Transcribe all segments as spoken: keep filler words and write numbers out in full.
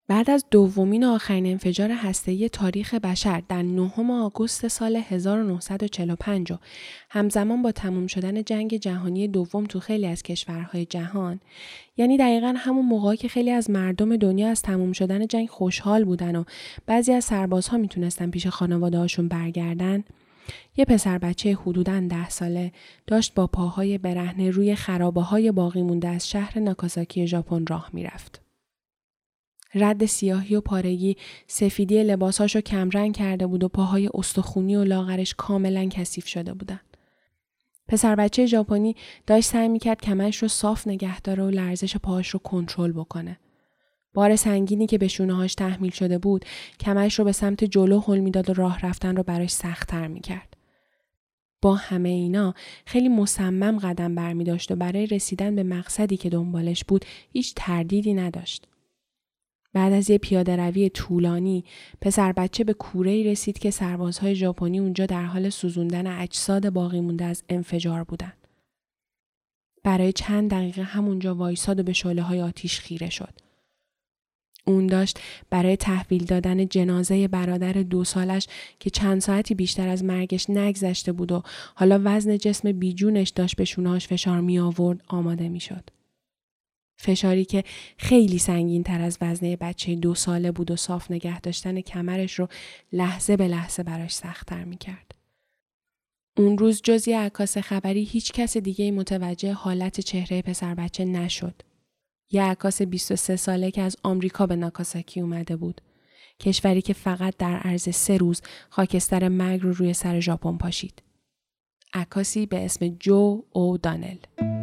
بعد از دومین و آخرین انفجار هسته‌ای تاریخ بشر در نهم آگوست سال هزار و نهصد و چهل و پنج و همزمان با تموم شدن جنگ جهانی دوم تو خیلی از کشورهای جهان، یعنی دقیقاً همون موقعی که خیلی از مردم دنیا از تموم شدن جنگ خوشحال بودن و بعضی از سربازها میتونستن پیش خانواده هاشون برگردن، یه پسر بچه حدوداً ده ساله داشت با پاهای برهنه روی خرابه‌های باقی مونده از شهر ناکاساکی ژاپن راه میرفت. رد سیاهی و پارگی سفیدی لباساشو کمرنگ کرده بود و پاهای استخونی و لاغرش کاملا کثیف شده بودن. پسر بچه ژاپنی داشت سعی میکرد کمرش رو صاف نگه داره و لرزش پاهاش رو کنترل بکنه. بار سنگینی که به شونه‌هاش تحمیل شده بود کمرش رو به سمت جلو هل میداد و راه رفتن رو براش سخت‌تر میکرد. با همه اینا خیلی مصمم قدم برمی داشت و برای رسیدن به مقصدی که دنبالش بود هیچ تردیدی نداشت. بعد از یه پیاده روی طولانی، پسر بچه به کوره‌ای رسید که سربازهای ژاپنی اونجا در حال سوزوندن اجساد باقی مونده از انفجار بودن. برای چند دقیقه همونجا وایساد و به شعله‌های آتیش خیره شد. اون داشت برای تحویل دادن جنازه برادر دو سالش که چند ساعتی بیشتر از مرگش نگذشته بود و حالا وزن جسم بیجونش داشت به شونه‌هاش فشار می آورد آماده می شد. فشاری که خیلی سنگین تر از وزنه بچه دو ساله بود و صاف نگه داشتن کمرش رو لحظه به لحظه براش سخت‌تر می کرد. اون روز جز یه عکاس خبری هیچ کس دیگه متوجه حالت چهره پسر بچه نشد. یه عکاس بیست و سه ساله که از آمریکا به ناکاساکی اومده بود. کشوری که فقط در عرض سه روز خاکستر مرگ رو روی سر ژاپن پاشید. عکاسی به اسم جو او دانل.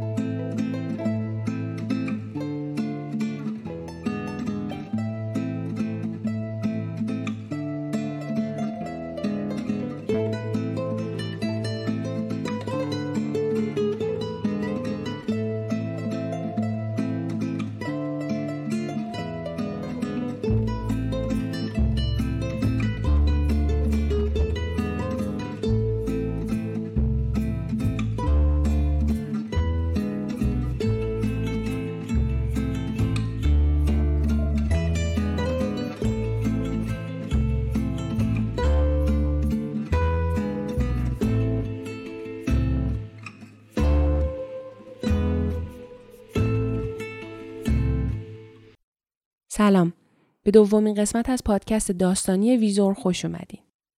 سلام. به دومین قسمت از پادکست داستانی ویزور خوش اومدین.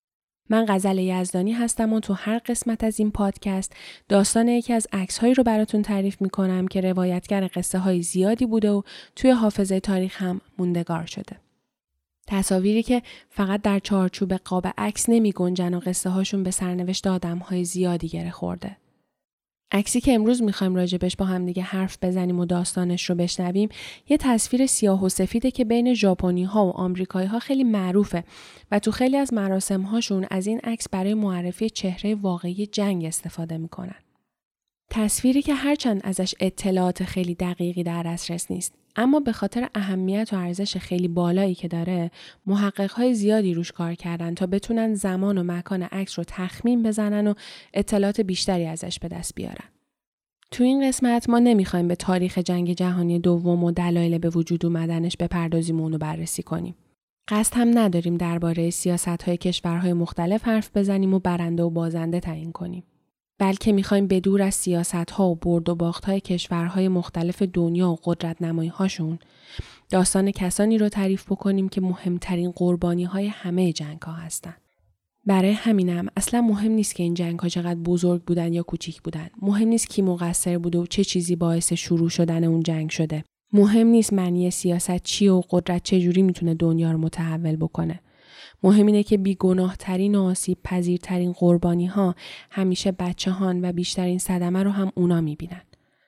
من غزل یزدانی هستم و تو هر قسمت از این پادکست داستان یکی از عکس‌هایی رو براتون تعریف می‌کنم که روایتگر قصه‌های زیادی بوده و توی حافظه تاریخ هم موندگار شده. تصاویری که فقط در چارچوب قاب عکس نمی‌گنجن و قصه‌هاشون به سرنوشت آدم‌های زیادی گره خورده. عکسی که امروز میخوایم راجبش با هم دیگه حرف بزنیم و داستانش رو بشنویم یه تصویر سیاه و سفیده که بین ژاپنی‌ها و آمریکایی‌ها خیلی معروفه و تو خیلی از مراسم‌هاشون از این عکس برای معرفی چهره واقعی جنگ استفاده میکنن. تصویری که هرچند ازش اطلاعات خیلی دقیقی در دسترس نیست، اما به خاطر اهمیت و ارزش خیلی بالایی که داره، محقق‌های زیادی روش کار کردن تا بتونن زمان و مکان عکس رو تخمین بزنن و اطلاعات بیشتری ازش به دست بیارن. تو این قسمت ما نمیخوایم به تاریخ جنگ جهانی دوم و دلایل به وجود اومدنش بپردازیم و اونو بررسی کنیم. قصد هم نداریم درباره سیاست‌های کشورهای مختلف حرف بزنیم و برنده و بازنده تعیین کنیم. بلکه میخوایم به دور از سیاست‌ها و برد و باخت‌های کشورهای مختلف دنیا و قدرت نمایی‌هاشون داستان کسانی رو تعریف بکنیم که مهمترین قربانی‌های همه جنگ‌ها هستن. برای همینم اصلا مهم نیست که این جنگ‌ها چقدر بزرگ بودن یا کوچیک بودن. مهم نیست کی مقصر بوده و چه چیزی باعث شروع شدن اون جنگ شده. مهم نیست معنی سیاست چیه و قدرت چجوری میتونه دنیا رو متحول بکنه. مهم اینه که بیگناه ترین و آسیب پذیرترین قربانی ها همیشه بچه هان و بیشترین صدمه رو هم اونا میبینن.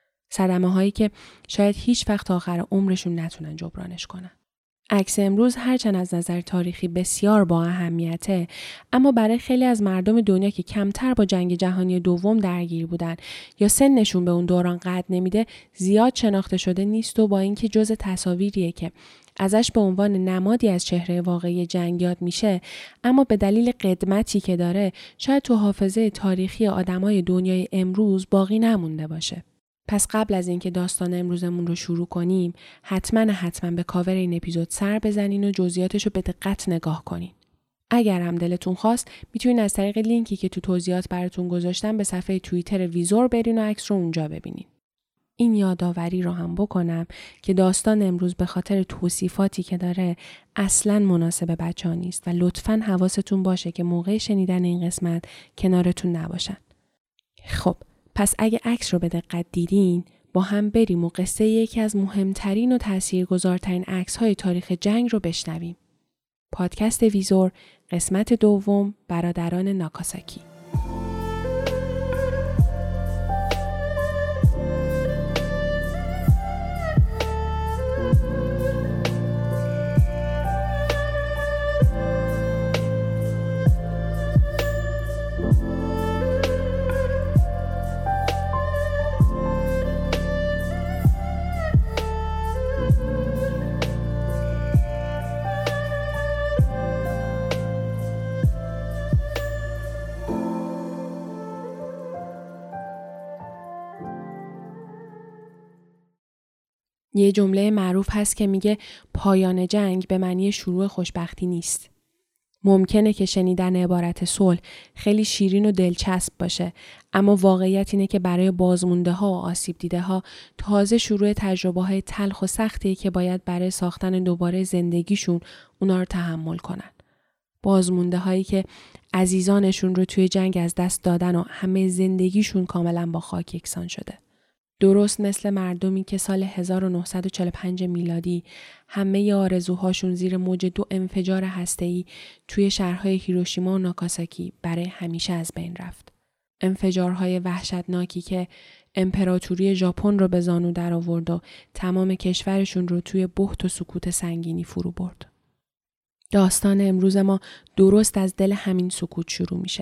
صدمه هایی که شاید هیچ وقت آخر عمرشون نتونن جبرانش کنن. عکس امروز هرچند از نظر تاریخی بسیار با اهمیته، اما برای خیلی از مردم دنیا که کمتر با جنگ جهانی دوم درگیر بودن یا سنشون به اون دوران قد نمیده زیاد شناخته شده نیست و با اینکه جزء تصاویریه که ازش به عنوان نمادی از چهره واقعی جنگ یاد میشه، اما به دلیل قدمتی که داره شاید تو حافظه تاریخی آدمای دنیای امروز باقی نمونده باشه. پس قبل از اینکه داستان امروزمون رو شروع کنیم، حتما حتما به کاور این اپیزود سر بزنین و جزئیاتش رو به دقت نگاه کنین. اگر هم دلتون خواست، میتونین از طریق لینکی که تو توضیحات براتون گذاشتم به صفحه توییتر ویزور برین و عکس رو اونجا ببینین. این یادآوری رو هم بکنم که داستان امروز به خاطر توصیفاتی که داره اصلاً مناسب بچه‌ها نیست و لطفاً حواستون باشه که موقع شنیدن این قسمت کنارتون نباشن. خب، پس اگه عکس رو به دقت دیدین، با هم بریم و قصه یکی از مهمترین و تاثیرگذارترین عکس‌های تاریخ جنگ رو بشنویم. پادکست ویزور، قسمت دوم، برادران ناکاساکی. یه جمله معروف هست که میگه پایان جنگ به معنی شروع خوشبختی نیست. ممکنه که شنیدن عبارت صلح خیلی شیرین و دلچسب باشه، اما واقعیت اینه که برای بازمونده ها و آسیب دیده ها تازه شروع تجربه های تلخ و سختیه که باید برای ساختن دوباره زندگیشون اونا رو تحمل کنن. بازمونده هایی که عزیزانشون رو توی جنگ از دست دادن و همه زندگیشون کاملا با خاک یکسان شده. درست مثل مردمی که سال هزار و نهصد و چهل و پنج میلادی همه آرزوهاشون زیر موج دو انفجار هسته‌ای توی شهرهای هیروشیما و ناکاساکی برای همیشه از بین رفت. انفجارهای وحشتناکی که امپراتوری ژاپن رو به زانو در آورد و تمام کشورشون رو توی بهت و سکوت سنگینی فرو برد. داستان امروز ما درست از دل همین سکوت شروع میشه.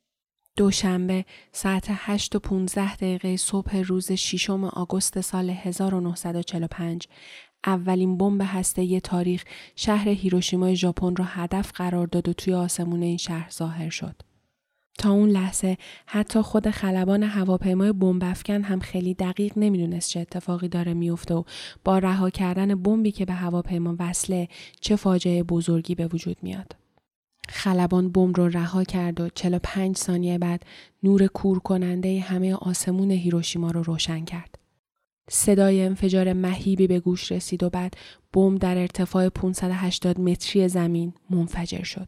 دوشنبه ساعت هشت و پانزده دقیقه صبح روز ششم آگوست سال هزار و نهصد و چهل و پنج اولین بمب هسته‌ای تاریخ شهر هیروشیما ژاپن را هدف قرار داد و توی آسمون این شهر ظاهر شد. تا اون لحظه حتی خود خلبان هواپیمای بمب افکن هم خیلی دقیق نمیدونست چه اتفاقی داره میفته و با رها کردن بمبی که به هواپیما وصله چه فاجعه بزرگی به وجود میاد. خلبان بمب رو رها کرد و چهل و پنج ثانیه بعد نور کور کننده همه آسمون هیروشیما رو روشن کرد. صدای انفجار مهیبی به گوش رسید و بعد بمب در ارتفاع پانصد و هشتاد متری زمین منفجر شد.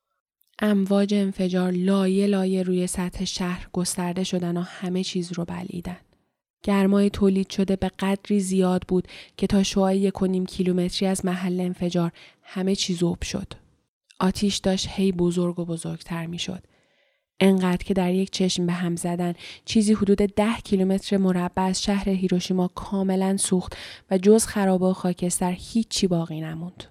امواج انفجار لایه لایه روی سطح شهر گسترده شدن و همه چیز رو بلعیدن. گرمای تولید شده به قدری زیاد بود که تا شعاع یک و نیم کیلومتری از محل انفجار همه چیز ذوب شد. آتیش داشت هی بزرگ و بزرگتر می شد. انقدر که در یک چشم به هم زدن چیزی حدود ده کیلومتر مربع از شهر هیروشیما کاملا سوخت و جز خرابه و خاکستر هیچی باقی نموند.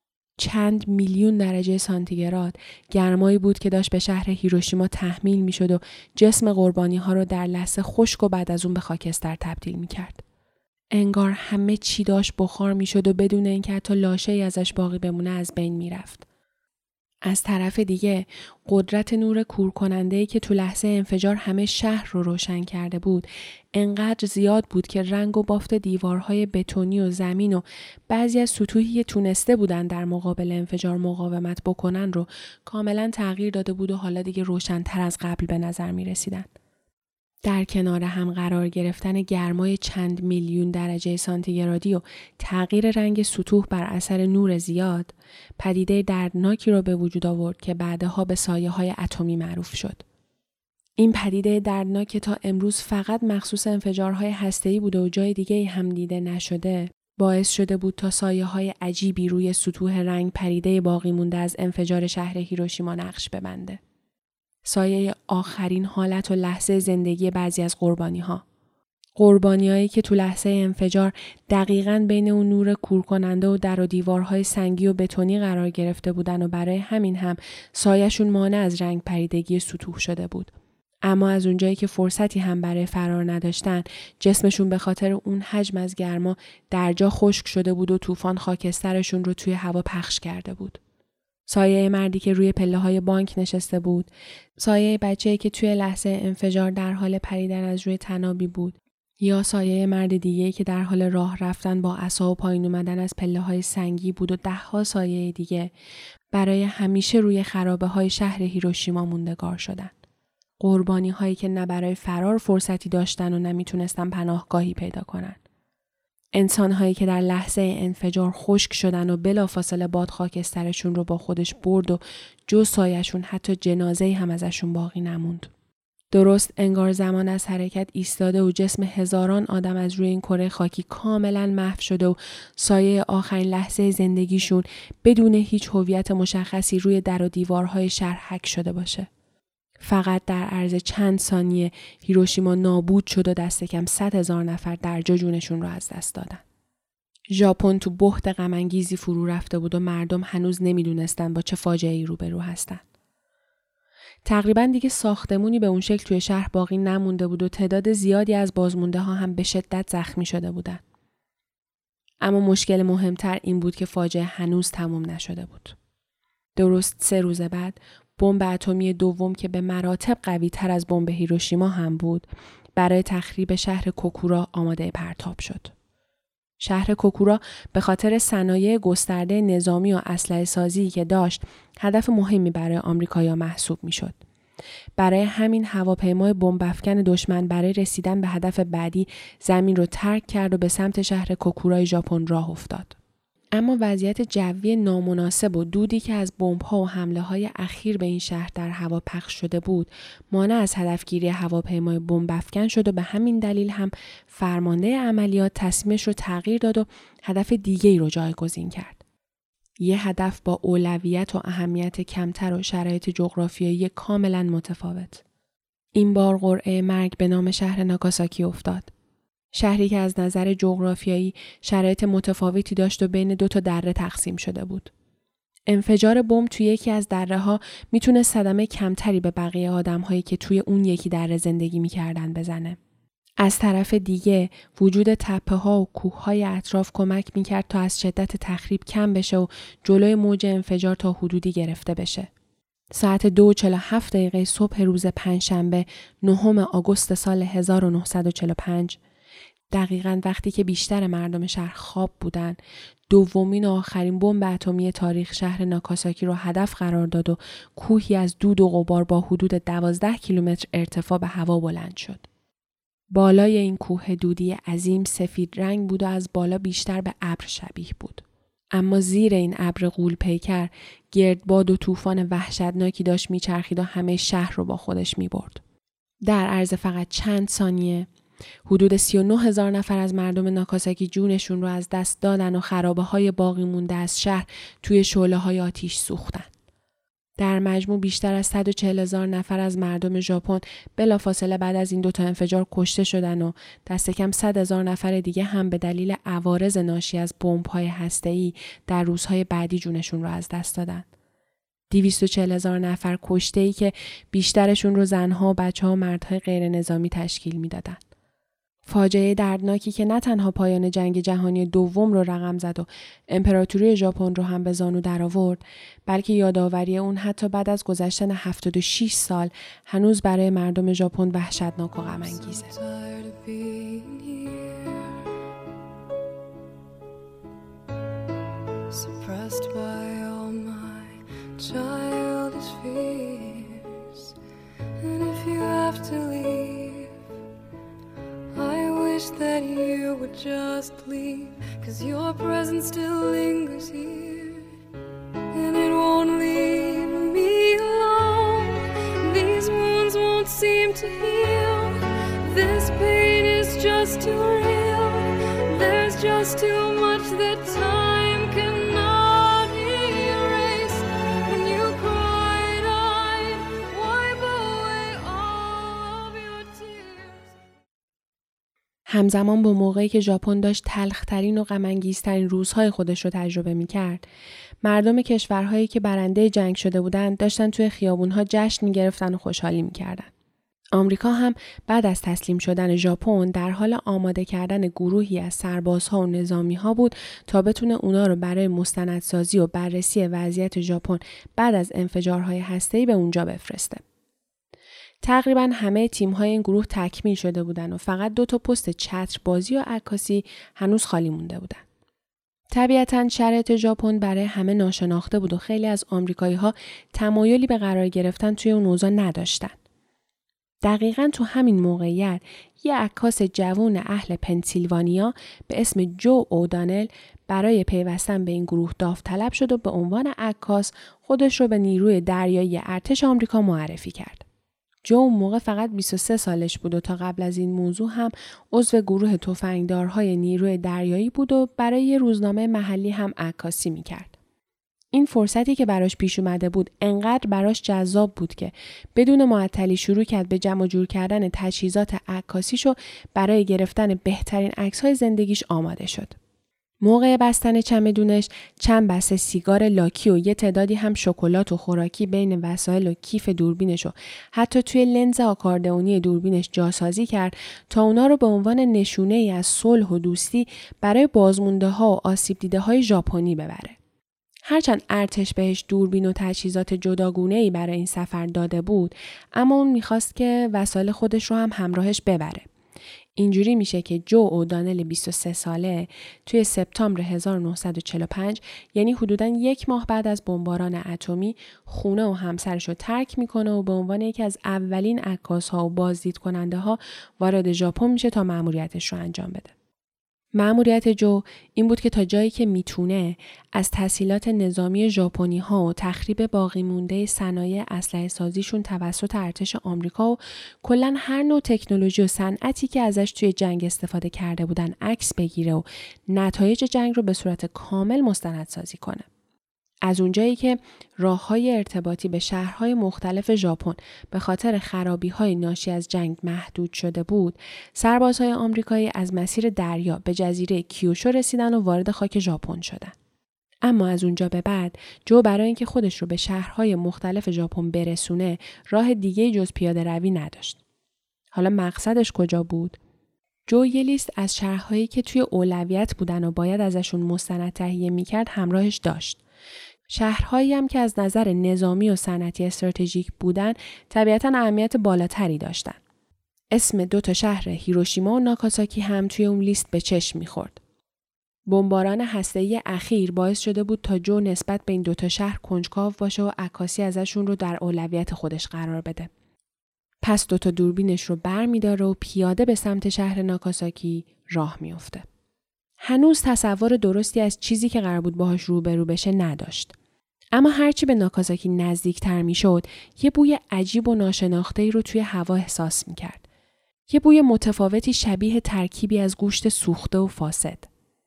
چند میلیون درجه سانتیگراد گرمایی بود که داشت به شهر هیروشیما تحمیل می شد و جسم قربانی ها رو در لحظه خشک و بعد از اون به خاکستر تبدیل می کرد. انگار همه چی داشت بخار می شد و بدون اینکه حتی لاشه‌ای ازش باقی بمونه از بین می رفت. از طرف دیگه قدرت نور کورکننده‌ای که تو لحظه انفجار همه شهر رو روشن کرده بود انقدر زیاد بود که رنگ و بافت دیوارهای بتونی و زمین و بعضی از سطوحی که تونسته بودن در مقابل انفجار مقاومت بکنن رو کاملا تغییر داده بود و حالا دیگه روشن‌تر از قبل به نظر می رسیدن. در کنار هم قرار گرفتن گرمای چند میلیون درجه سانتیگرادی و تغییر رنگ سطوح بر اثر نور زیاد، پدیده دردناکی را به وجود آورد که بعدها به سایه‌های اتمی معروف شد. این پدیده دردناک که تا امروز فقط مخصوص انفجارهای هسته‌ای بوده و جای دیگه هم دیده نشده، باعث شده بود تا سایه‌های عجیبی روی سطوح رنگ پریده باقی مونده از انفجار شهر هیروشیما نقش ببنده. سایه آخرین حالت و لحظه زندگی بعضی از قربانی ها. قربانی هایی که تو لحظه انفجار دقیقاً بین اون نور کورکننده و در و دیوارهای سنگی و بتونی قرار گرفته بودن و برای همین هم سایه‌شون مانع از رنگ پریدگی سطوح شده بود. اما از اونجایی که فرصتی هم برای فرار نداشتن، جسمشون به خاطر اون حجم از گرما در جا خشک شده بود و طوفان خاکسترشون رو توی هوا پخش کرده بود. سایه مردی که روی پله‌های بانک نشسته بود، سایه بچه‌ای که توی لحظه انفجار در حال پریدن از روی طنابی بود یا سایه مرد دیگه‌ای که در حال راه رفتن با عصا و پایین اومدن از پله‌های سنگی بود و ده‌ها سایه دیگه برای همیشه روی خرابه‌های شهر هیروشیما موندگار شدن. قربانی هایی که نه برای فرار فرصتی داشتن و نمیتونستن پناهگاهی پیدا کنن. انسان هایی که در لحظه انفجار خشک شدن و بلافاصله باد خاکسترشون رو با خودش برد و جز سایه‌شون حتی جنازه‌ای هم ازشون باقی نموند. درست انگار زمان از حرکت ایستاده و جسم هزاران آدم از روی این کره خاکی کاملا محو شده و سایه آخرین لحظه زندگیشون بدون هیچ هویت مشخصی روی در و دیوارهای شهر حک شده باشه. فقط در عرض چند ثانیه هیروشیما نابود شد و دست کم صد هزار نفر در جا جونشون رو از دست دادن. ژاپن تو بحت غم‌انگیزی فرو رفته بود و مردم هنوز نمیدونستن با چه فاجعه‌ای روبرو هستن. تقریباً دیگه ساختمونی به اون شکل توی شهر باقی نمونده بود و تعداد زیادی از بازمونده ها هم به شدت زخمی شده بودن. اما مشکل مهمتر این بود که فاجعه هنوز تموم نشده بود. درست سه روز بعد بمب اتمی دوم که به مراتب قوی تر از بمب هیروشیما هم بود برای تخریب شهر کوکورا آماده پرتاب شد. شهر کوکورا به خاطر صنایع گسترده نظامی و اسلحه سازی که داشت هدف مهمی برای آمریکایی‌ها محسوب می‌شد. برای همین هواپیمای بمب افکن دشمن برای رسیدن به هدف بعدی زمین رو ترک کرد و به سمت شهر کوکورای ژاپن راه افتاد. اما وضعیت جوی نامناسب و دودی که از بمب‌ها و حمله‌های اخیر به این شهر در هوا پخش شده بود، مانع از هدفگیری هواپیمای بمب افکن شد و به همین دلیل هم فرمانده عملیات تصمیمش رو تغییر داد و هدف دیگه‌ای رو جایگزین کرد. یه هدف با اولویت و اهمیت کمتر و شرایط جغرافیایی کاملاً متفاوت. این بار قرعه مرگ به نام شهر ناگاساکی افتاد. شهری که از نظر جغرافیایی شرایط متفاوتی داشت و بین دو تا دره تقسیم شده بود. انفجار بمب توی یکی از دره‌ها میتونه صدمه کمتری به بقیه آدم‌هایی که توی اون یکی دره زندگی می‌کردن بزنه. از طرف دیگه وجود تپه‌ها و کوه‌های اطراف کمک می‌کرد تا از شدت تخریب کم بشه و جلوی موج انفجار تا حدودی گرفته بشه. ساعت دو و چهل و هفت دقیقه صبح روز پنجشنبه نهم آگوست سال هزار و نهصد و چهل و پنج دقیقاً وقتی که بیشتر مردم شهر خواب بودن، دومین و آخرین بمب اتمی تاریخ شهر ناگاساکی رو هدف قرار داد و کوهی از دود و غبار با حدود دوازده کیلومتر ارتفاع به هوا بلند شد. بالای این کوه دودی عظیم سفید رنگ بود و از بالا بیشتر به ابر شبیه بود. اما زیر این ابر غول پیکر گردباد و طوفان وحشتناکی داشت میچرخید و همه شهر رو با خودش میبرد. در عرض فقط چند ثانیه حدود سی و نه هزار نفر از مردم ناگاساکی جونشون رو از دست دادن و خرابه های باقی مونده از شهر توی شعله های آتیش سوختن. در مجموع بیشتر از صد و چهل هزار نفر از مردم ژاپن بلافاصله بعد از این دوتا انفجار کشته شدن و دست کم صد هزار نفر دیگه هم به دلیل عوارض ناشی از بمب‌های هسته‌ای در روزهای بعدی جونشون رو از دست دادن. دویست و چهل هزار نفر کشته‌ای که بیشترشون رو زنها و بچه‌ها و مردهای غیر نظامی تشکیل میدادن. فاجعه دردناکی که نه تنها پایان جنگ جهانی دوم رو رقم زد و امپراتوری ژاپن رو هم به زانو درآورد، بلکه یادآوری اون حتی بعد از گذشتن هفتاد و شش سال هنوز برای مردم ژاپن وحشتناک و غم انگیزه. That you would just leave, 'cause your presence still lingers here, and it won't leave me alone. These wounds won't seem to heal. This pain is just too real. There's just too much that time cannot erase. When you cried, I'd wipe away all of your tears. همزمان با موقعی که ژاپن داشت تلخ‌ترین و غم‌انگیزترین روزهای خودش رو تجربه می‌کرد، مردم کشورهایی که برنده جنگ شده بودند داشتن توی خیابون‌ها جشن می‌گرفتن و خوشحالی می‌کردن. آمریکا هم بعد از تسلیم شدن ژاپن در حال آماده کردن گروهی از سربازها و نظامی‌ها بود تا بتونه اونا رو برای مستندسازی و بررسی وضعیت ژاپن بعد از انفجارهای هسته‌ای به اونجا بفرسته. تقریبا همه تیم‌های این گروه تکمیل شده بودن و فقط دو تا پست چتر بازی و عکاسی هنوز خالی مونده بودن. طبیعتاً شرایط ژاپن برای همه ناشناخته بود و خیلی از آمریکایی‌ها تمایلی به قرار گرفتن توی اون اوضاع نداشتن. دقیقاً تو همین موقعیت یه عکاس جوان اهل پنسیلوانیا به اسم جو اودانل برای پیوستن به این گروه داوطلب شد و به عنوان عکاس خودش رو به نیروی دریایی ارتش آمریکا معرفی کرد. جو اون موقع فقط بیست و سه سالش بود و تا قبل از این موضوع هم عضو گروه تفنگدارهای نیروی دریایی بود و برای یه روزنامه محلی هم عکاسی میکرد. این فرصتی که براش پیش اومده بود انقدر براش جذاب بود که بدون معطلی شروع کرد به جمع جور کردن تجهیزات عکاسیشو برای گرفتن بهترین عکس‌های زندگیش آماده شد. موقع بستن چمدونش چند بسته سیگار لاکی و یه تعدادی هم شکلات و خوراکی بین وسایل و کیف دوربینش و حتی توی لنز آکاردئونی دوربینش جاسازی کرد تا اونا رو به عنوان نشونه ای از صلح و دوستی برای بازمونده ها و آسیب دیده های ژاپنی ببره. هرچند ارتش بهش دوربین و تجهیزات جداگونه ای برای این سفر داده بود، اما اون میخواست که وسایل خودش رو هم همراهش ببره. اینجوری میشه که جو اودانل بیست و سه ساله توی سپتامبر هزار و نهصد و چهل و پنج، یعنی حدوداً یک ماه بعد از بمباران اتمی، خونه و همسرش رو ترک میکنه و به عنوان یکی از اولین عکاس‌ها و بازدید کننده ها وارد ژاپن میشه تا مأموریتش رو انجام بده. مأموریت جو این بود که تا جایی که میتونه از تسهیلات نظامی ژاپنی ها و تخریب باقی مونده صنایع اسلحه سازیشون توسط ارتش آمریکا و کلاً هر نوع تکنولوژی و صنعتی که ازش توی جنگ استفاده کرده بودن عکس بگیره و نتایج جنگ رو به صورت کامل مستندسازی کنه. از اونجایی که راه‌های ارتباطی به شهرهای مختلف ژاپن به خاطر خرابی‌های ناشی از جنگ محدود شده بود، سربازهای آمریکایی از مسیر دریا به جزیره کیوشو رسیدن و وارد خاک ژاپن شدن. اما از اونجا به بعد جو برای اینکه خودش رو به شهرهای مختلف ژاپن برسونه، راه دیگه‌ای جز پیاده روی نداشت. حالا مقصدش کجا بود؟ جو یه لیست از شهرهایی که توی اولویت بودن و باید ازشون مستند تهیه می‌کرد همراهش داشت. شهرهایی هم که از نظر نظامی و صنعتی استراتژیک بودن طبیعتاً اهمیت بالاتری داشتن. اسم دو تا شهر هیروشیما و ناکاساکی هم توی اون لیست به چشم می‌خورد. بمباران هسته‌ای اخیر باعث شده بود تا جو نسبت به این دو تا شهر کنجکاو باشه و عکاسی ازشون رو در اولویت خودش قرار بده. پس دو تا دوربینش رو برمی‌داره و پیاده به سمت شهر ناکاساکی راه میفته. هنوز تصور درستی از چیزی که قرار بود باهاش روبرو بشه نداشت. اما هرچی به ناکاساکی نزدیکتر میشد، یه بوی عجیب و ناشناخته‌ای رو توی هوا احساس میکرد. یه بوی متفاوتی شبیه ترکیبی از گوشت سوخته و فاسد.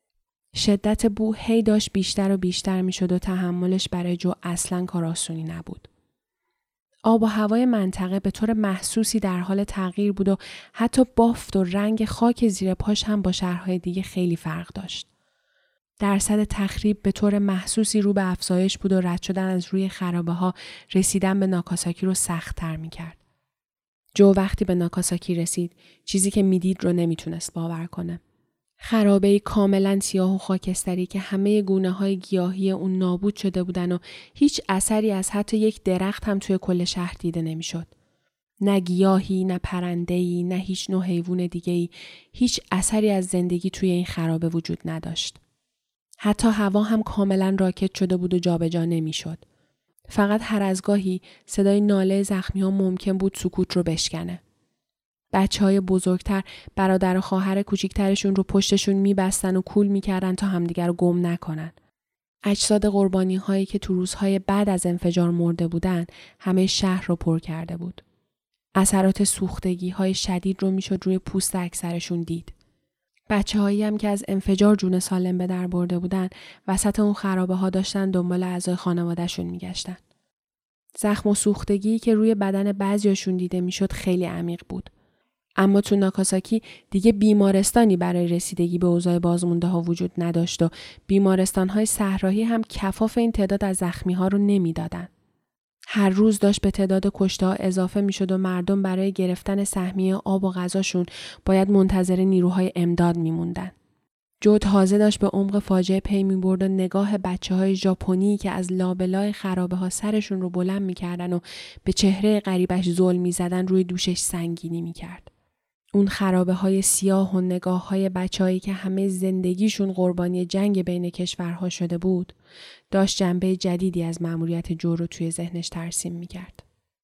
شدت بو هی داشت بیشتر و بیشتر میشد و تحملش برای جو اصلاً کار آسونی نبود. آب و هوای منطقه به طور محسوسی در حال تغییر بود و حتی بافت و رنگ خاک زیر پاش هم با شهرهای دیگه خیلی فرق داشت. درصد تخریب به طور محسوسی رو به افزایش بود و رد شدن از روی خرابه ها رسیدن به ناکاساکی رو سخت تر می کرد. جو وقتی به ناکاساکی رسید چیزی که می دید رو نمی تونست باور کنه. خرابه‌ای کاملا سیاه و خاکستری که همه گونه های گیاهی اون نابود شده بودن و هیچ اثری از حتی یک درخت هم توی کل شهر دیده نمیشد. نه گیاهی، نه پرنده‌ای، نه هیچ نوع حیوان دیگه‌ای، هیچ اثری از زندگی توی این خرابه وجود نداشت. حتی هوا هم کاملا راکد شده بود و جابجا نمیشد. فقط هر از گاهی صدای ناله زخمی‌ها ممکن بود سکوت رو بشکنه. بچه‌های بزرگتر برادر و خواهر کوچیکترشون رو پشتشون می‌بستن و کول می‌کردن تا همدیگر رو گم نکنن. اجساد قربانی‌هایی که تو روزهای بعد از انفجار مرده بودن همه شهر رو پر کرده بود. اثرات سوختگی‌های شدید رو میشد روی پوست اکثرشون دید. بچه‌هایی هم که از انفجار جون سالم به در برده بودن وسط اون خرابه‌ها داشتن دنبال اعضای خانواده‌شون می‌گشتن. زخم و سوختگی که روی بدن بعضیاشون دیده میشد خیلی عمیق بود. اما تو ناکاساکی دیگه بیمارستانی برای رسیدگی به اوضاع بازمونده ها وجود نداشت و بیمارستان‌های صحرایی هم کفاف این تعداد از زخمی‌ها رو نمیدادن. هر روز داشت به تعداد کشته‌ها اضافه میشد و مردم برای گرفتن سهمیه آب و غذاشون باید منتظر نیروهای امداد میموندن. جو تازه داشت به عمق فاجعه پی می برد و نگاه بچه های ژاپنی که از لابلای خرابه ها سرشون رو بلند می کردن و به چهره غریبش ظلم می زدن روی دوشش سنگینی می کرد. اون خرابه های سیاه و نگاه های بچه هایی که همه زندگیشون قربانی جنگ بین کشورها شده بود داشت جنبه جدیدی از مأموریت جو رو توی ذهنش ترسیم می کرد.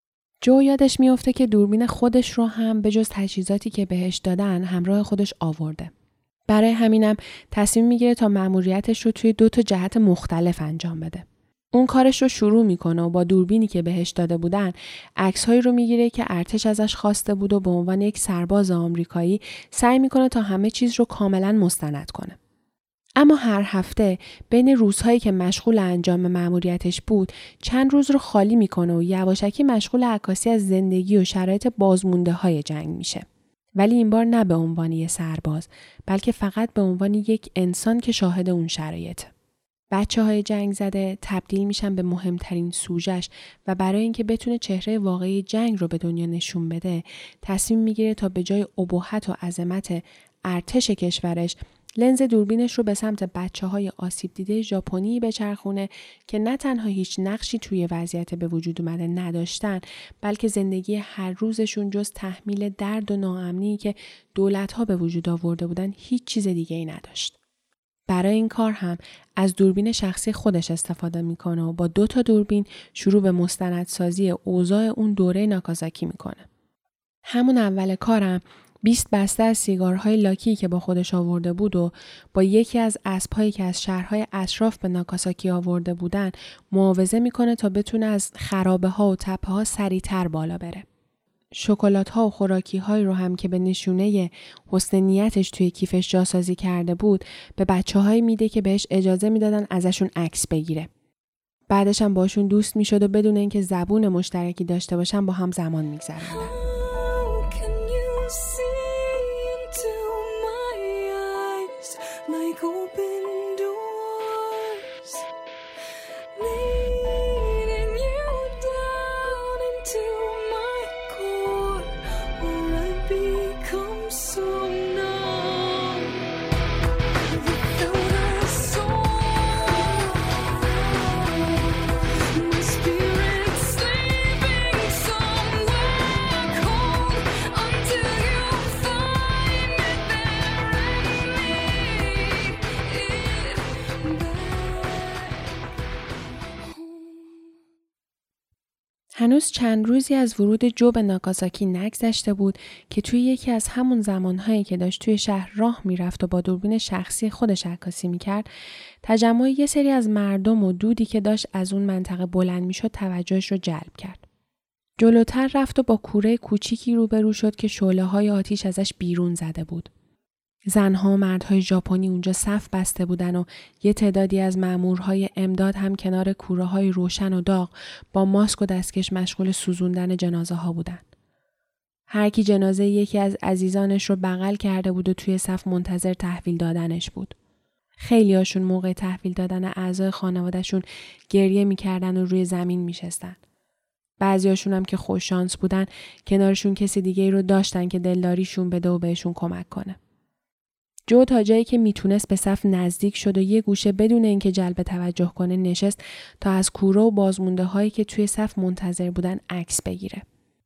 جو یادش میفته که دوربین خودش رو هم به جز تجهیزاتی که بهش دادن همراه خودش آورده. برای همینم تصمیم میگیره تا مأموریتش رو توی دو تا جهت مختلف انجام بده. اون کارش رو شروع میکنه و با دوربینی که بهش داده بودن عکس‌هایی رو میگیره که ارتش ازش خواسته بود و به عنوان یک سرباز آمریکایی سعی میکنه تا همه چیز رو کاملا مستند کنه. اما هر هفته بین روزهایی که مشغول انجام مأموریتش بود چند روز رو خالی میکنه و یواشکی مشغول عکاسی از زندگی و شرایط بازمونده های جنگ میشه. ولی این بار نه به عنوان یک سرباز بلکه فقط به عنوان یک انسان که شاهد اون شرایطه. بچه های جنگ زده تبدیل میشن به مهمترین سوژش و برای اینکه بتونه چهره واقعی جنگ رو به دنیا نشون بده تصمیم میگیره تا به جای ابهت و عظمت ارتش کشورش لنز دوربینش رو به سمت بچه های آسیب دیده ژاپنی بچرخونه که نه تنها هیچ نقشی توی وضعیت به وجود اومده نداشتن بلکه زندگی هر روزشون جز تحمیل درد و ناامنی که دولت‌ها به وجود آورده بودن هیچ چیز دیگه ای نداشت. برای این کار هم از دوربین شخصی خودش استفاده میکنه و با دو تا دوربین شروع به مستندسازی اوضاع اون دوره ناکازاکی میکنه. همون اول کارم بیست بسته از سیگارهای لاکی که با خودش آورده بود و با یکی از اسب‌هایی که از شهرهای اطراف به ناکاساکی آورده بودن معاوضه میکنه تا بتونه از خرابه‌ها و تپه‌ها سریع‌تر بالا بره. شکلات‌ها و خوراکی‌هایی رو هم که به نشونه حسن نیتش توی کیفش جاسازی کرده بود به بچه‌هایی میده که بهش اجازه میدادن ازشون عکس بگیره. بعدش هم باشون دوست میشد و بدون اینکه زبون مشترکی داشته باشن با هم زمان میگذروندن. هنوز چند روزی از ورود جو به ناکاساکی نگذشته بود که توی یکی از همون زمانهایی که داشت توی شهر راه میرفت و با دوربین شخصی خودش عکاسی میکرد، تجمع یه سری از مردم و دودی که داشت از اون منطقه بلند میشد توجهش رو جلب کرد. جلوتر رفت و با کوره کوچیکی روبرو شد که شعله‌های آتیش ازش بیرون زده بود. زنها و مردهای ژاپنی اونجا صف بسته بودن و یه تعدادی از مامورهای امداد هم کنار کوره‌های روشن و داغ با ماسک و دستکش مشغول سوزوندن جنازه ها بودن. هر کی جنازه یکی از عزیزانش رو بغل کرده بود و توی صف منتظر تحویل دادنش بود. خیلی هاشون موقع تحویل دادن اعضای خانوادهشون گریه میکردن و روی زمین میشستن. بعضی هاشون هم که خوش شانس بودن کنارشون کسی دیگه رو داشتن که دلداریشون بده و بهشون کمک کنه. جو تا جایی که میتونست به صف نزدیک شد و یه گوشه بدون اینکه جلب توجه کنه نشست تا از کوره و بازمونده هایی که توی صف منتظر بودن عکس بگیره.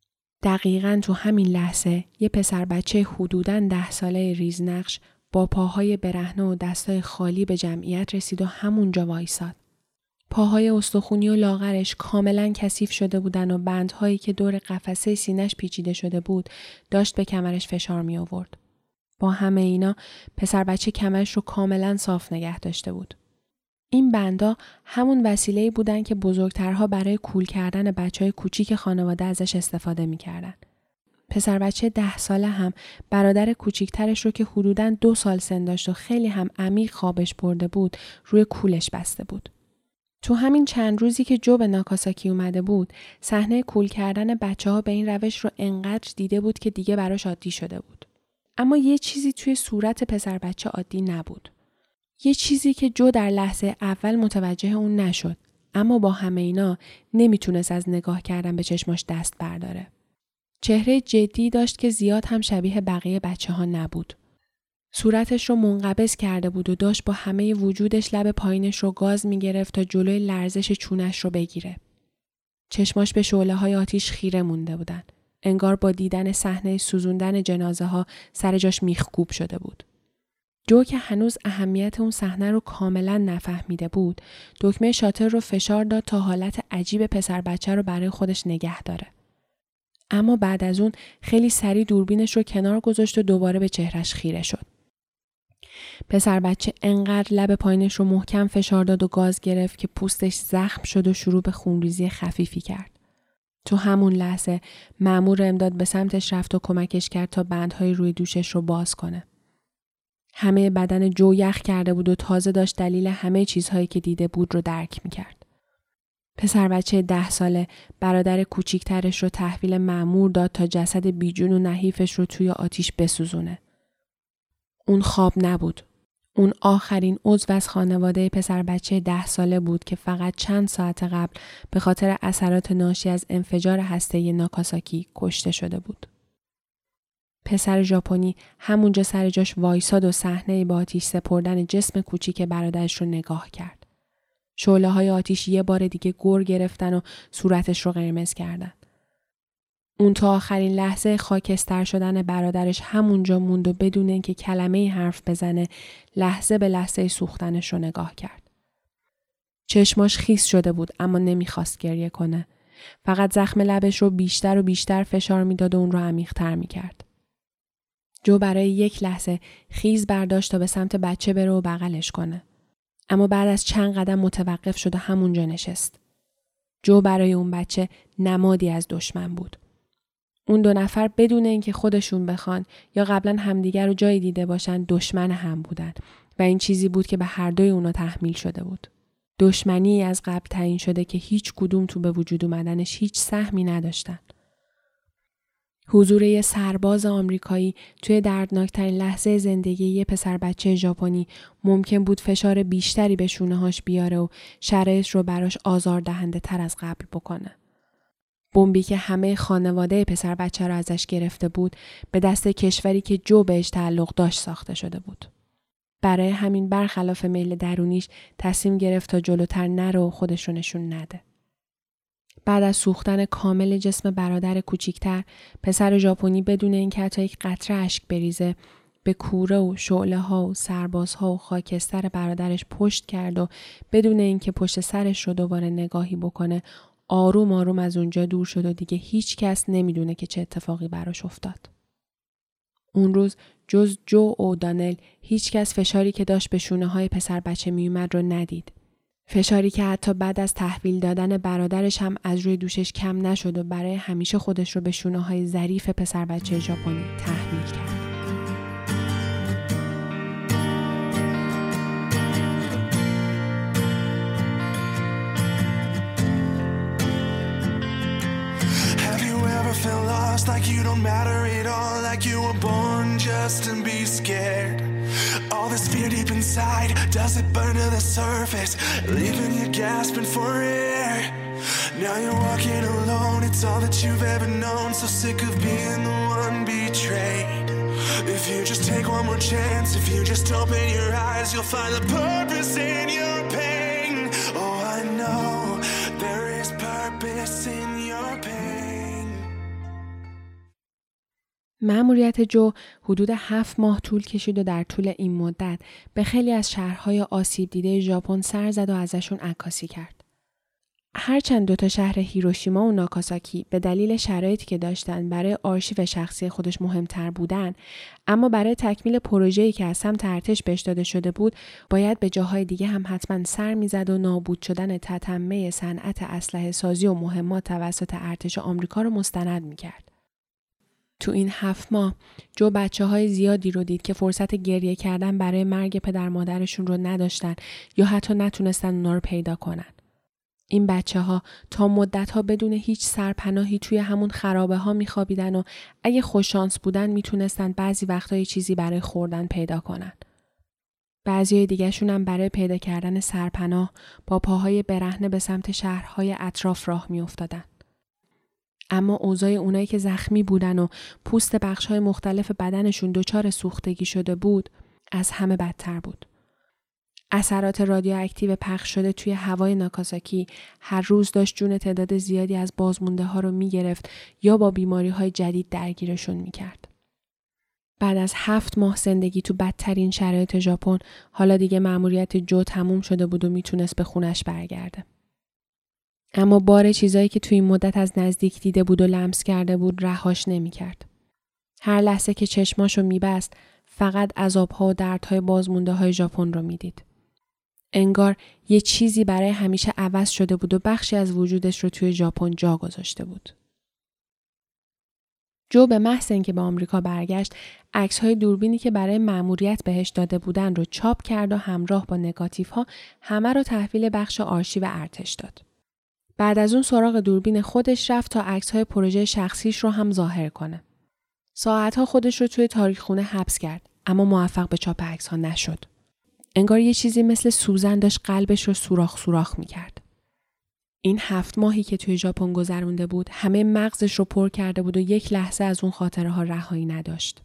دقیقاً تو همین لحظه یه پسر بچه حدوداً ده ساله ریزنقش با پاهای برهنه و دستای خالی به جمعیت رسید و همونجا وایساد. پاهای استخونی و لاغرش کاملاً کثیف شده بودن و بندهایی که دور قفسه سینه‌اش پیچیده شده بود داشت به کمرش فشار می آورد. با همه اینا پسر بچه کمرش رو کاملا صاف نگه داشته بود. این بندا همون وسیله‌ای بودن که بزرگترها برای کول کردن بچهای کوچیک خانواده ازش استفاده می‌کردن. پسر بچه ده ساله هم برادر کوچیکترش رو که حدوداً دو سال سن داشت و خیلی هم عمیق خوابش برده بود روی کولش بسته بود. تو همین چند روزی که جو به ناکاساکی اومده بود، صحنه کول کردن بچه‌ها به این روش رو انقدر دیده بود که دیگه براش عادی شده بود. اما یه چیزی توی صورت پسر بچه عادی نبود. یه چیزی که جو در لحظه اول متوجه اون نشد، اما با همه اینا نمیتونست از نگاه کردن به چشماش دست برداره. چهره جدی داشت که زیاد هم شبیه بقیه بچه ها نبود. صورتش رو منقبض کرده بود و داشت با همه وجودش لب پایینش رو گاز میگرفت تا جلوی لرزش چونش رو بگیره. چشماش به شعله‌های آتیش خیره مونده بودن. انگار با دیدن صحنه سوزوندن جنازه ها سر جاش میخکوب شده بود. جو که هنوز اهمیت اون صحنه رو کاملا نفهمیده بود، دکمه شاتر رو فشار داد تا حالت عجیب پسر بچه رو برای خودش نگه داره. اما بعد از اون خیلی سریع دوربینش رو کنار گذاشت و دوباره به چهرش خیره شد. پسر بچه انقدر لب پایینش رو محکم فشار داد و گاز گرفت که پوستش زخم شد و شروع به خونریزی خفیفی کرد. تو همون لحظه مأمور امداد به سمتش رفت و کمکش کرد تا بندهای روی دوشش رو باز کنه. همه بدن جو یخ کرده بود و تازه داشت دلیل همه چیزهایی که دیده بود رو درک می‌کرد. پسر بچه ده ساله برادر کوچیکترش رو تحویل مأمور داد تا جسد بیجون و نحیفش رو توی آتیش بسوزونه. اون خواب نبود. اون آخرین عضو از خانواده پسر بچه ده ساله بود که فقط چند ساعت قبل به خاطر اثرات ناشی از انفجار هسته‌ای ناکاساکی کشته شده بود. پسر ژاپنی همونجا سر جاش وایساد و صحنه با آتیش سپردن جسم کوچیک برادرش رو نگاه کرد. شعله‌های آتیش یه بار دیگه گر گرفتن و صورتش رو قرمز کردن. اون تا آخرین لحظه خاکستر شدن برادرش همونجا موند و بدون اینکه کلمه‌ای حرف بزنه لحظه به لحظه سوختنش رو نگاه کرد. چشماش خیس شده بود اما نمیخواست گریه کنه. فقط زخم لبش رو بیشتر و بیشتر فشار میداد و اون رو عمیق‌تر میکرد. جو برای یک لحظه خیز برداشت تا به سمت بچه بره و بغلش کنه. اما بعد از چند قدم متوقف شد و همونجا نشست. جو برای اون بچه نمادی از دشمن بود. اون دو نفر بدون اینکه خودشون بخوان یا قبلا همدیگر رو جایی دیده باشن دشمن هم بودن و این چیزی بود که به هر دوی اونا تحمیل شده بود. دشمنی از قبل تعیین شده که هیچ کدوم تو به وجود اومدنش هیچ سهمی نداشتن. حضور یه سرباز آمریکایی توی دردناکترین لحظه زندگی یه پسر بچه ژاپنی ممکن بود فشار بیشتری به شونه‌هاش بیاره و شرایط رو براش آزاردهنده تر از قبل بکنه. بمبی که همه خانواده پسر بچه رو ازش گرفته بود به دست کشوری که جو بهش تعلق داشت ساخته شده بود. برای همین برخلاف میل درونیش تصمیم گرفت تا جلوتر نره و خودش رو نشون نده. بعد از سوختن کامل جسم برادر کوچیکتر، پسر ژاپنی بدون اینکه حتی یک قطره اشک بریزه، به کوره و شعله ها و سربازها و خاکستر برادرش پشت کرد و بدون اینکه پشت سرش رو دوباره نگاهی بکنه، آروم آروم از اونجا دور شد و دیگه هیچ کس نمیدونه که چه اتفاقی براش افتاد. اون روز جز جو و دانل هیچ کس فشاری که داشت به شونه های پسر بچه می اومد رو ندید. فشاری که حتی بعد از تحویل دادن برادرش هم از روی دوشش کم نشد و برای همیشه خودش رو به شونه های ظریف پسر بچه ژاپنی تحمیل کرد. Feel lost like you don't matter at all, like you were born just to be scared. All this fear deep inside, does it burn to the surface, leaving you gasping for air? Now you're walking alone, it's all that you've ever known, so sick of being the one betrayed. If you just take one more chance, if you just open your eyes, you'll find the purpose in your pain. Oh, I know there is purpose in your pain. مأموریت جو حدود هفت ماه طول کشید و در طول این مدت به خیلی از شهرهای آسیب دیده ژاپن سر زد و ازشون عکاسی کرد. هرچند دوتا شهر هیروشیما و ناکاساکی به دلیل شرایطی که داشتن برای آرشیو شخصی خودش مهمتر بودن، اما برای تکمیل پروژه‌ای که از سمت ارتش بهش داده شده بود، باید به جاهای دیگه هم حتما سر میزد و نابود شدن تتمه صنعت اسلحه سازی و مهمات توسط ارتش آمریکا رو مستند میکرد. تو این هفت ماه جو بچه های زیادی رو دید که فرصت گریه کردن برای مرگ پدر مادرشون رو نداشتن یا حتی نتونستن اونا رو پیدا کنن. این بچه ها تا مدت ها بدون هیچ سرپناهی توی همون خرابه ها میخوابیدن و اگه خوششانس بودن میتونستن بعضی وقتای چیزی برای خوردن پیدا کنن. بعضی دیگه شون هم برای پیدا کردن سرپناه با پاهای برهنه به سمت شهرهای اطراف راه میافتادن. اما اوضاع اونایی که زخمی بودن و پوست بخش‌های مختلف بدنشون دچار سوختگی شده بود، از همه بدتر بود. اثرات رادیواکتیو پخش شده توی هوای ناکاساکی هر روز داشت جون تعداد زیادی از بازمونده ها رو می گرفت یا با بیماری های جدید درگیرشون می کرد. بعد از هفت ماه زندگی تو بدترین شرایط ژاپن، حالا دیگه مأموریت جو تموم شده بود و میتونست به خونش برگرده. اما بار چیزایی که توی این مدت از نزدیک دیده بود و لمس کرده بود رهاش نمی‌کرد. هر لحظه که چشماشو میبست فقط عذاب‌ها و دردهای بازمونده های ژاپن رو میدید. انگار یه چیزی برای همیشه عوض شده بود و بخشی از وجودش رو توی ژاپن جا گذاشته بود. جو به محض اینکه به آمریکا برگشت، عکس‌های دوربینی که برای مأموریت بهش داده بودن رو چاپ کرد و همراه با نگاتیوها همه رو تحویل بخش آرشیو ارتش داد. بعد از اون سراغ دوربین خودش رفت تا عکس‌های پروژه شخصیش رو هم ظاهر کنه. ساعتها خودش رو توی تاریخ‌خونه حبس کرد، اما موفق به چاپ عکس‌ها نشد. انگار یه چیزی مثل سوزن داشت قلبش رو سوراخ سوراخ می‌کرد. این هفت ماهی که توی ژاپن گذرونده بود همه مغزش رو پر کرده بود و یک لحظه از اون خاطره ها رهایی نداشت.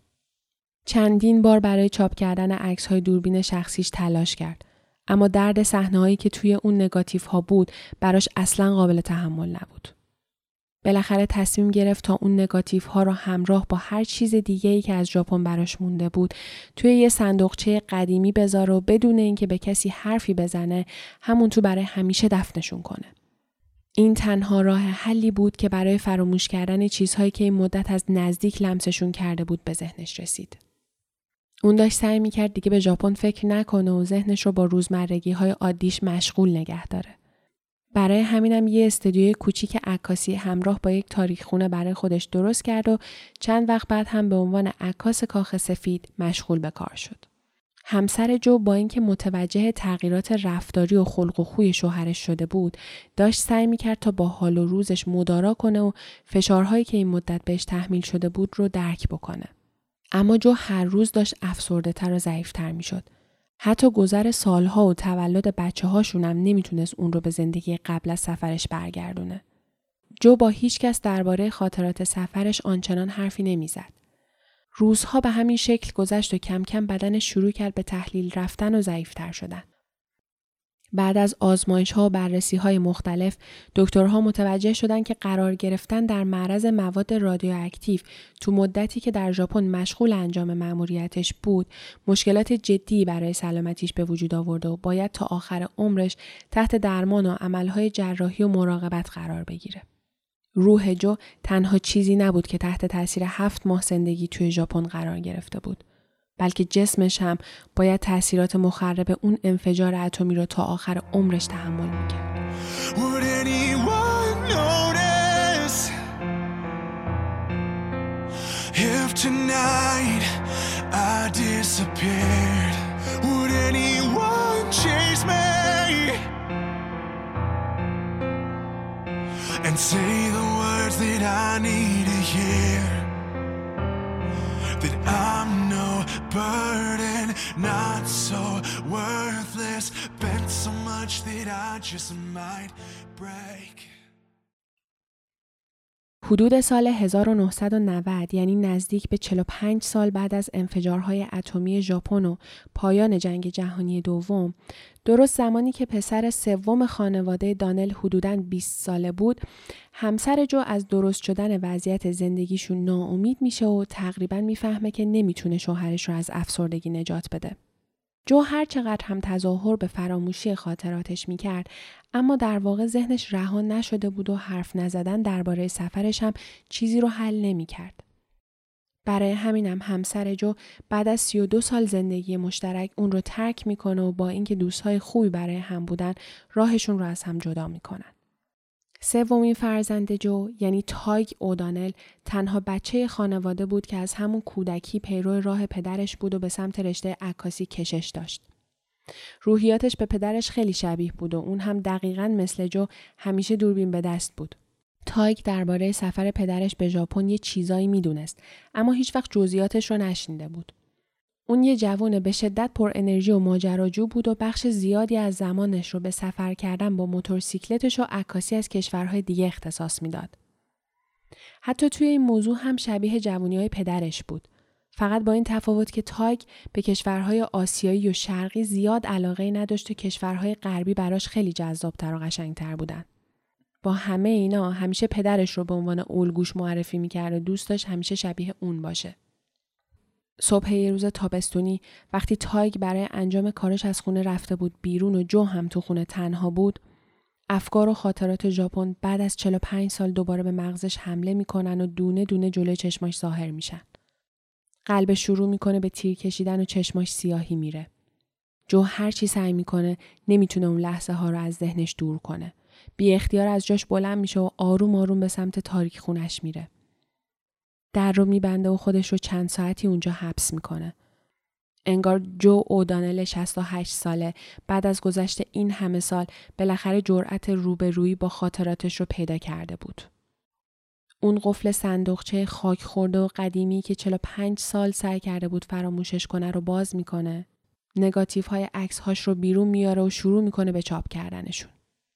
چندین بار برای چاپ کردن عکس‌های دوربین شخصیش تلاش کرد، اما درد صحنه‌هایی که توی اون نگاتیو ها بود براش اصلاً قابل تحمل نبود. بالاخره تصمیم گرفت تا اون نگاتیو ها رو همراه با هر چیز دیگه‌ای که از ژاپن براش مونده بود توی یه صندوقچه قدیمی بذاره و بدون اینکه به کسی حرفی بزنه همون تو برای همیشه دفنشون کنه. این تنها راه حلی بود که برای فراموش کردن چیزهایی که این مدت از نزدیک لمسشون کرده بود به ذهنش رسید. اون داشت سعی می‌کرد دیگه به ژاپن فکر نکنه و ذهنش رو با روزمرگی‌های عادیش مشغول نگه داره. برای همینم یه استودیوی کوچیک عکاسی همراه با یک تاریخ‌خونه برای خودش درست کرد و چند وقت بعد هم به عنوان عکاس کاخ سفید مشغول به کار شد. همسر جو با اینکه متوجه تغییرات رفتاری و خلق و خوی شوهرش شده بود، داشت سعی می‌کرد تا با حال و روزش مدارا کنه و فشارهایی که این مدت بهش تحمیل شده بود رو درک بکنه. اما جو هر روز داشت افسرده‌تر و ضعیف‌تر می‌شد. حتی گذر سالها و تولد بچه‌هاشون هم نمیتونست اون رو به زندگی قبل از سفرش برگردونه. جو با هیچ کس درباره خاطرات سفرش آنچنان حرفی نمیزد. روزها به همین شکل گذشت و کم کم بدنش شروع کرد به تحلیل رفتن و ضعیف‌تر شدن. بعد از آزمایش‌ها و بررسی‌های مختلف، دکترها متوجه شدند که قرار گرفتن در معرض مواد رادیواکتیو تو مدتی که در ژاپن مشغول انجام مأموریتش بود، مشکلات جدی برای سلامتیش به وجود آورد و باید تا آخر عمرش تحت درمان و عمل‌های جراحی و مراقبت قرار بگیره. روح جو تنها چیزی نبود که تحت تاثیر هفت ماه زندگی توی ژاپن قرار گرفته بود، بلکه جسمش هم باید تأثیرات مخرب اون انفجار اتمی رو تا آخر عمرش تحمل میکرد. Would anyone notice if tonight I disappeared? Would anyone chase me and say the words that I need to hear? That I'm no burden, not so worthless, bent so much that I just might break. حدود سال هزار و نهصد و نود، یعنی نزدیک به چهل و پنج سال بعد از انفجارهای اتمی ژاپن و پایان جنگ جهانی دوم، درست زمانی که پسر سوم خانواده دانل حدوداً بیست ساله بود، همسر جو از درست شدن وضعیت زندگیشون ناامید میشه و تقریباً میفهمه که نمیتونه شوهرش رو از افسردگی نجات بده. جو هر چقدر هم تظاهر به فراموشی خاطراتش میکرد، اما در واقع ذهنش رها نشده بود و حرف نزدن درباره سفرش هم چیزی رو حل نمیکرد. برای همینم همسر جو بعد از سی و دو سال زندگی مشترک اون رو ترک میکنه و با اینکه دوستای خوبی برای هم بودن راهشون رو از هم جدا میکنن. سومین فرزند جو، یعنی تایگ اودانل، تنها بچه خانواده بود که از همون کودکی پیرو راه پدرش بود و به سمت رشته عکاسی کشش داشت. روحیاتش به پدرش خیلی شبیه بود و اون هم دقیقاً مثل جو همیشه دوربین به دست بود. تایگ درباره سفر پدرش به ژاپن یه چیزایی میدونست، اما هیچ وقت جزئیاتش رو نشنیده بود. اون یه جوون به شدت پر انرژی و ماجراجو بود و بخش زیادی از زمانش رو به سفر کردن با موتورسیکلتش و عکاسی از کشورهای دیگه اختصاص میداد. حتی توی این موضوع هم شبیه جوونی‌های پدرش بود. فقط با این تفاوت که تایگ به کشورهای آسیایی و شرقی زیاد علاقه نداشت و کشورهای غربی براش خیلی جذابتر و قشنگتر بودن. با همه اینا همیشه پدرش رو به عنوان الگوش معرفی می‌کرد و دوست داشت همیشه شبیه اون باشه. صبح یه روز تابستونی وقتی تایگ برای انجام کارش از خونه رفته بود بیرون و جو هم تو خونه تنها بود، افکار و خاطرات ژاپن بعد از چهل و پنج سال دوباره به مغزش حمله میکنن و دونه دونه جلوی چشماش ظاهر میشن. قلبش شروع میکنه به تیر کشیدن و چشماش سیاهی میره. جو هر چی سعی میکنه نمیتونه اون لحظه ها رو از ذهنش دور کنه. بی اختیار از جاش بلند میشه و آروم آروم به سمت تاریک خونش میره. در رو میبنده و خودش رو چند ساعتی اونجا حبس میکنه. انگار جو اودانل شصت و هشت ساله بعد از گذشت این همه سال بالاخره جرأت روبرویی با خاطراتش رو پیدا کرده بود. اون قفل صندوقچه خاک خورده و قدیمی که چهل و پنج سال سعی کرده بود فراموشش کنه رو باز میکنه. نگاتیو های عکس هاش رو بیرون میاره و شروع میکنه به چاپ کردنشون.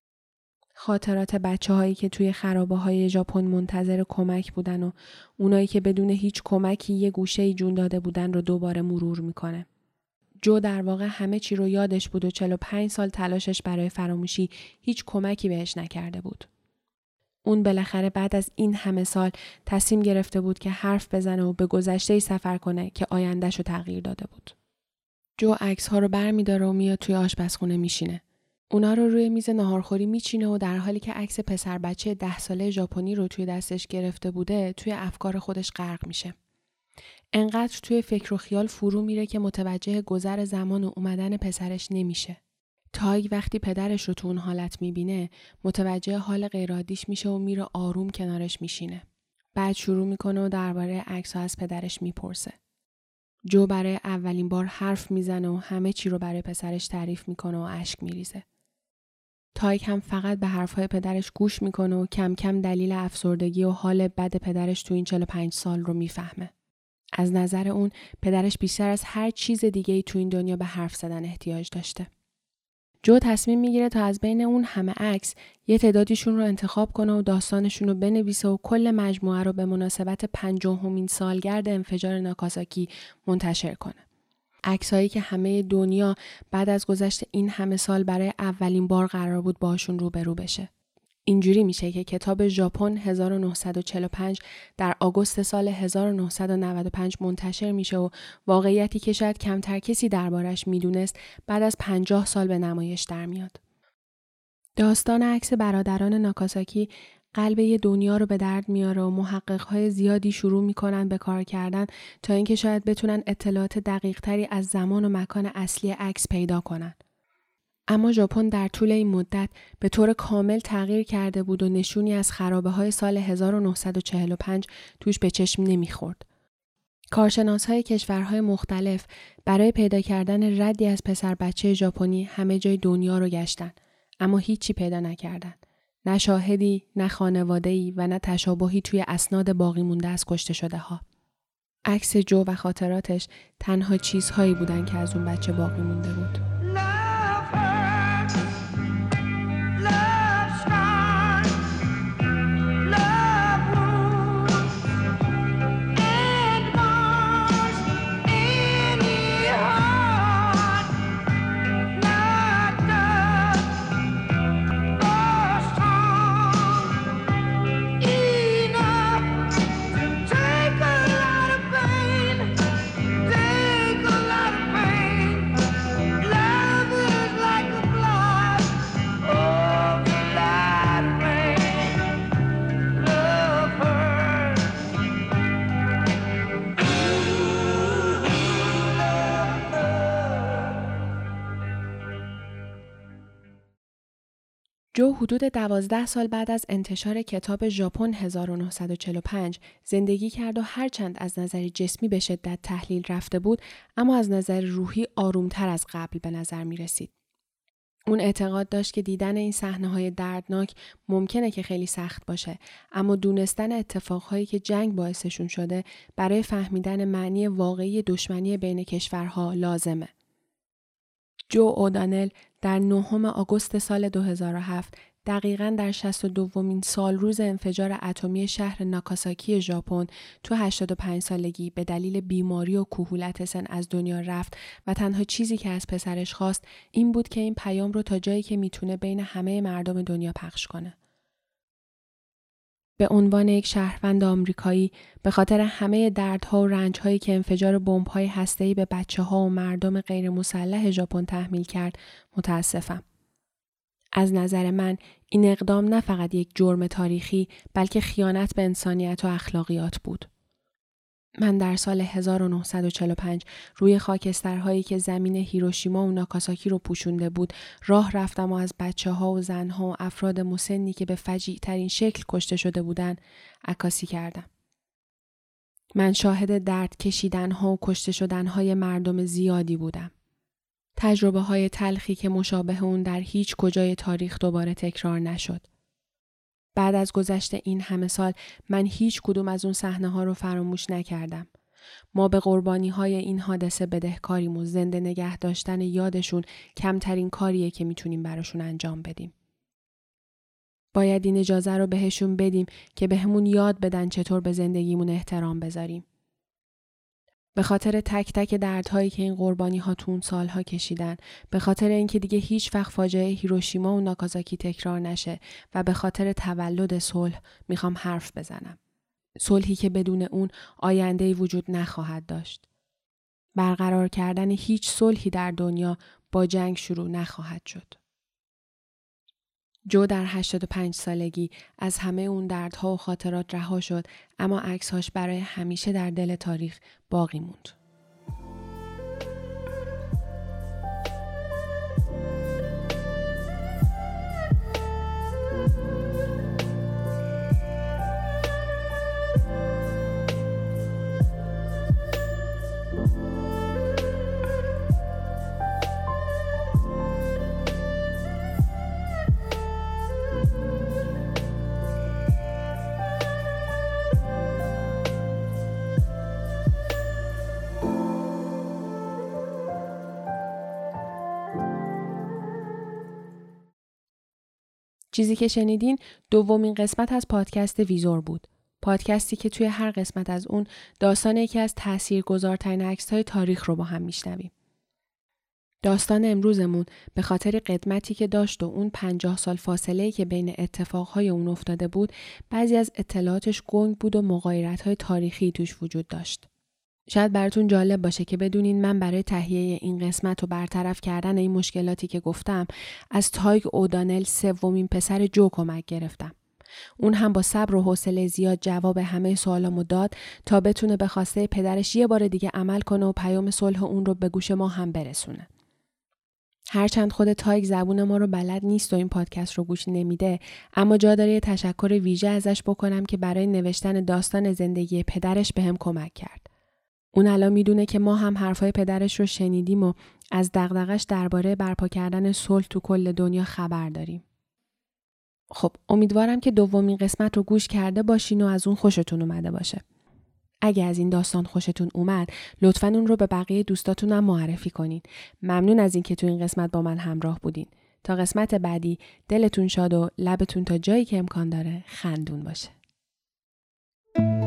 خاطرات بچه هایی که توی خرابه های ژاپن منتظر کمک بودن و اونایی که بدون هیچ کمکی یه گوشه‌ای جون داده بودن رو دوباره مرور میکنه. جو در واقع همه چی رو یادش بود و چهل و پنج سال تلاشش برای فراموشی هیچ کمکی بهش نکرده بود. اون بالاخره بعد از این همه سال تصمیم گرفته بود که حرف بزنه و به گذشته‌ای سفر کنه که آینده‌شو تغییر داده بود. جو عکس ها رو برمی‌داره و میاد توی آشپزخونه میشینه. اونا رو روی میز ناهارخوری میچینه و در حالی که عکس پسر بچه ده ساله ژاپنی رو توی دستش گرفته بوده توی افکار خودش غرق میشه. انقدر توی فکر و خیال فرو میره که متوجه گذر زمان و اومدن پسرش نمیشه. تایگ وقتی پدرش رو تو اون حالت میبینه متوجه حال غیرعادیش میشه و میره آروم کنارش میشینه. بعد شروع میکنه و درباره عکس‌ها از پدرش میپرسه. جو برای اولین بار حرف میزنه و همه چی رو برای پسرش تعریف میکنه و اشک میریزه. تایگ هم فقط به حرفهای پدرش گوش میکنه و کم کم دلیل افسردگی و حال بد پدرش تو این چهل و پنج سال رو میفهمه. از نظر اون پدرش بیشتر از هر چیز دیگه‌ای تو این دنیا به حرف زدن احتیاج داشته. جو تصمیم میگیره تا از بین اون همه عکس یه تعدادیشون رو انتخاب کنه و داستانشون رو بنویسه و کل مجموعه رو به مناسبت پنجاهمین سالگرد انفجار ناکاساکی منتشر کنه. عکسایی که همه دنیا بعد از گذشت این همه سال برای اولین بار قرار بود باشون روبرو بشه. اینجوری میشه که کتاب ژاپن هزار و نهصد و چهل و پنج در آگوست سال هزار و نهصد و نود و پنج منتشر میشه و واقعیتی که شاید کمتر کسی دربارش میدونست بعد از پنجاه سال به نمایش در میاد. داستان عکس برادران ناکاساکی قلب یه دنیا رو به درد میاره و محقق‌های زیادی شروع میکنن به کار کردن تا اینکه شاید بتونن اطلاعات دقیق‌تری از زمان و مکان اصلی عکس پیدا کنن. اما ژاپن در طول این مدت به طور کامل تغییر کرده بود و نشونی از خرابه‌های سال هزار و نهصد و چهل و پنج توش به چشم نمیخورد. کارشناس‌های کشورهای مختلف برای پیدا کردن ردی از پسر بچه ژاپنی همه جای دنیا رو گشتن، اما هیچی پیدا نکردن. نه شاهدی، نه خانواده‌ای و نه تشابهی توی اسناد باقی مونده از کشته شده ها. عکس جو و خاطراتش تنها چیزهایی بودن که از اون بچه باقی مونده بود. جو حدود دوازده سال بعد از انتشار کتاب ژاپن هزار و نهصد و چهل و پنج زندگی کرد و هرچند از نظر جسمی به شدت تحلیل رفته بود، اما از نظر روحی آرومتر از قبل به نظر می رسید. اون اعتقاد داشت که دیدن این صحنه‌های دردناک ممکنه که خیلی سخت باشه، اما دونستن اتفاقهایی که جنگ باعثشون شده برای فهمیدن معنی واقعی دشمنی بین کشورها لازمه. جو اودانل در نهم آگوست سال دو هزار و هفت دقیقاً در شصت و دومین سال روز انفجار اتمی شهر ناکاساکی ژاپن تو هشتاد و پنج سالگی به دلیل بیماری و کهولت سن از دنیا رفت و تنها چیزی که از پسرش خواست این بود که این پیام رو تا جایی که میتونه بین همه مردم دنیا پخش کنه. به عنوان یک شهروند آمریکایی به خاطر همه دردها و رنج‌هایی که انفجار بمب‌های هسته‌ای به بچه‌ها و مردم غیر مسلح ژاپن تحمیل کرد، متاسفم. از نظر من این اقدام نه فقط یک جرم تاریخی بلکه خیانت به انسانیت و اخلاقیات بود. من در سال هزار و نهصد و چهل و پنج روی خاکسترهایی که زمین هیروشیما و ناکاساکی رو پوشونده بود راه رفتم و از بچه‌ها و زن‌ها و افراد مسنی که به فجیع ترین شکل کشته شده بودند عکاسی کردم. من شاهد درد کشیدن‌ها و کشته شدن‌های مردم زیادی بودم. تجربه های تلخی که مشابه اون در هیچ کجای تاریخ دوباره تکرار نشد. بعد از گذشت این همه سال من هیچ کدوم از اون صحنه ها رو فراموش نکردم. ما به قربانی های این حادثه بدهکاریم و زنده نگه داشتن یادشون کمترین کاریه که میتونیم براشون انجام بدیم. باید این اجازه رو بهشون بدیم که بهمون یاد بدن چطور به زندگیمون احترام بذاریم. به خاطر تک تک دردهایی که این قربانی ها تو اون سالها کشیدن، به خاطر اینکه دیگه هیچ وقت فاجعه هیروشیما و ناکازاکی تکرار نشه و به خاطر تولد صلح میخوام حرف بزنم. صلحی که بدون اون آینده‌ای وجود نخواهد داشت. برقرار کردن هیچ صلحی در دنیا با جنگ شروع نخواهد شد. جو در هشتاد و پنج سالگی از همه اون دردها و خاطرات رها شد، اما عکس‌هاش برای همیشه در دل تاریخ باقی موند. چیزی که شنیدین دومین قسمت از پادکست ویزور بود. پادکستی که توی هر قسمت از اون داستان یکی از تاثیرگذارترین عکس‌های تاریخ رو با هم میشنویم. داستان امروزمون به خاطر قدمتی که داشت و اون پنجاه سال فاصله‌ای که بین اتفاقهای اون افتاده بود، بعضی از اطلاعاتش گنگ بود و مغایرت‌های تاریخی توش وجود داشت. شاید براتون جالب باشه که بدونین من برای تهیه این قسمت و برطرف کردن این مشکلاتی که گفتم از تایگ اودانل سومین پسر جو کمک گرفتم. اون هم با صبر و حوصله زیاد جواب همه سوالامو داد تا بتونه به خواسته پدرش یه بار دیگه عمل کنه و پیام صلح اون رو به گوش ما هم برسونه. هرچند خود تایگ زبون ما رو بلد نیست و این پادکست رو گوش نمیده، اما جا داره تشکر ویژه ازش بکنم که برای نوشتن داستان زندگی پدرش بهم کمک کرد. اون الان میدونه که ما هم حرفای پدرش رو شنیدیم و از دغدغش درباره برپا کردن صلح تو کل دنیا خبر داریم. خب امیدوارم که دومین قسمت رو گوش کرده باشین و از اون خوشتون اومده باشه. اگه از این داستان خوشتون اومد لطفاً اون رو به بقیه دوستاتون هم معرفی کنین. ممنون از این که تو این قسمت با من همراه بودین. تا قسمت بعدی دلتون شاد و لبتون تا جایی که امکان داره خندون باشه.